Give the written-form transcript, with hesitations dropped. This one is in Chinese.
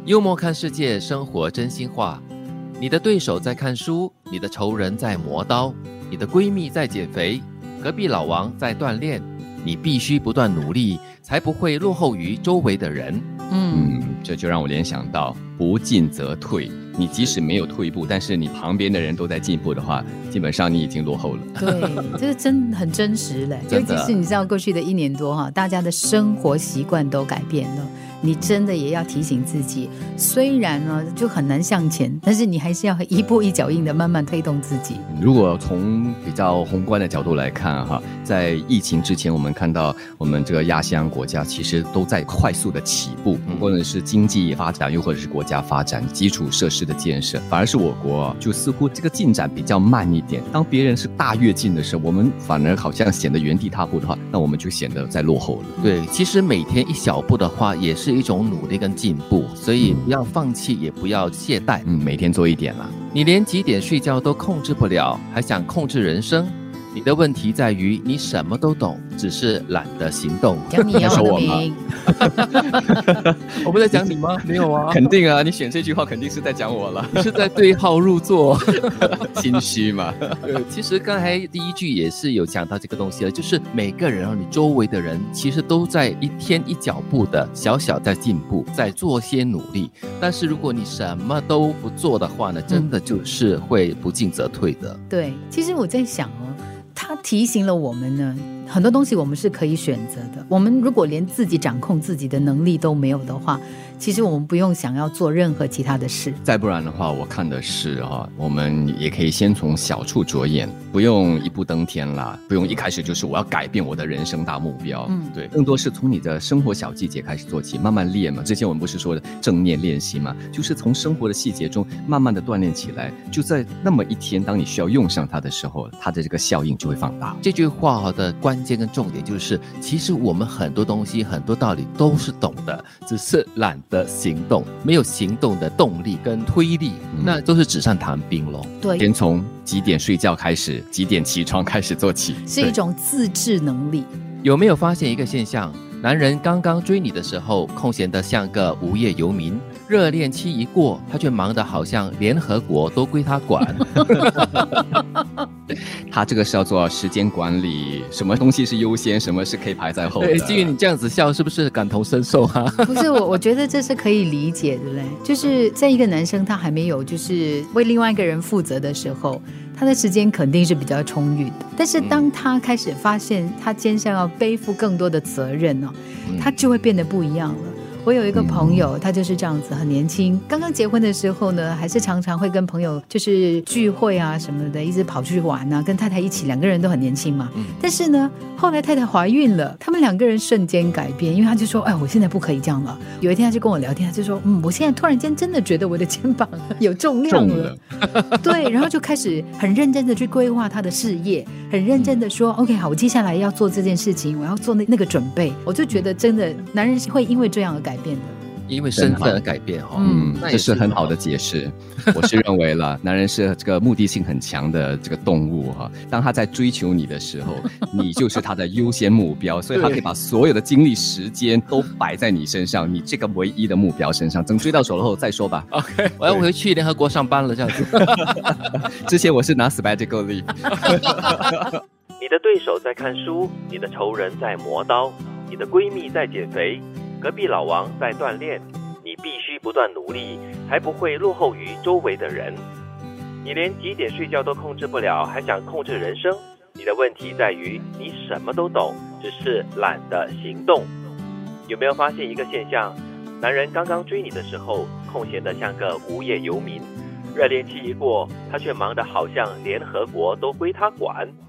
幽默看世界，生活真心话。你的对手在看书，你的仇人在磨刀，你的闺蜜在减肥，隔壁老王在锻炼。你必须不断努力，才不会落后于周围的人。 这就让我联想到不进则退。你即使没有退步，但是你旁边的人都在进步的话，基本上你已经落后了。 对，这个很真实嘞。尤其是你知道过去的1年多大家的生活习惯都改变了，你真的也要提醒自己，虽然呢就很难向前，但是你还是要一步一脚印的慢慢推动自己。 如果从比较宏观的角度来看在疫情之前，我们看到我们这个亚细安国家其实都在快速的起步，不论是经济发展又或者是国家发展基础设施的建设，反而是我国就似乎这个进展比较慢一点。当别人是大跃进的时候，我们反而好像显得原地踏步的话，那我们就显得在落后了。 对，其实每天一小步的话也是一种努力跟进步，所以不要放弃，也不要懈怠。 每天做一点啦。 你连几点睡觉都控制不了，还想控制人生？你的问题在于你什么都懂，只是懒得行动。 讲你要我的名我不在讲你吗？没有啊。 肯定啊，你选这句话肯定是在讲我了。 你是在对号入座。 心虚嘛。 其实刚才第一句也是有讲到这个东西了，就是每个人你周围的人其实都在一天一脚步的小小在进步，在做些努力。但是如果你什么都不做的话呢，真的就是会不进则退的。 对，其实我在想他提醒了我们呢，很多东西我们是可以选择的。我们如果连自己掌控自己的能力都没有的话，其实我们不用想要做任何其他的事。 再不然的话，我看的是我们也可以先从小处着眼，不用一步登天啦，不用一开始就是我要改变我的人生大目标。对，更多是从你的生活小细节开始做起，慢慢练嘛。之前我们不是说的正念练习嘛，就是从生活的细节中慢慢的锻炼起来，就在那么一天，当你需要用上它的时候，它的这个效应就会放大。 这句话的关键跟重点就是，其实我们很多东西很多道理都是懂的，只是懒得行动，没有行动的动力跟推力，那都是纸上谈兵咯。 对， 先从几点睡觉开始，几点起床开始做起， 是一种自制能力。 有没有发现一个现象？男人刚刚追你的时候，空闲得像个无业游民；热恋期一过，他却忙得好像联合国都归他管。 他这个是要做时间管理，什么东西是优先，什么是可以排在后的。 基于你这样子笑，是不是感同身受啊？ 不是，我觉得这是可以理解的嘞。就是在一个男生他还没有就是为另外一个人负责的时候，他的时间肯定是比较充裕的。但是当他开始发现他肩上要背负更多的责任他就会变得不一样了。我有一个朋友，他就是这样子，很年轻，刚刚结婚的时候呢，还是常常会跟朋友就是聚会啊什么的，一直跑去玩啊，跟太太一起，两个人都很年轻嘛。但是呢，后来太太怀孕了，他们两个人瞬间改变，因为他就说，我现在不可以这样了。有一天他就跟我聊天，他就说，我现在突然间真的觉得我的肩膀有重量了。对，然后就开始很认真的去规划他的事业，很认真的说 OK 好，我接下来要做这件事情，我要做那个准备。我就觉得真的男人会因为这样而改变的， 因为身份而改变这是很好的解释。我是认为了男人是这个目的性很强的这个动物当他在追求你的时候，你就是他的优先目标，所以他可以把所有的精力时间都摆在你身上，你这个唯一的目标身上，等追到手了后再说吧。 OK， 我要回去联合国上班了这样子。 之前我是拿 sabbatical leave。 你的对手在看书，你的仇人在磨刀，你的闺蜜在减肥，隔壁老王在锻炼。你必须不断努力，才不会落后于周围的人。你连几点睡觉都控制不了，还想控制人生？你的问题在于你什么都懂，只是懒得行动。有没有发现一个现象？男人刚刚追你的时候，空闲得像个无业游民；热恋期一过，他却忙得好像联合国都归他管。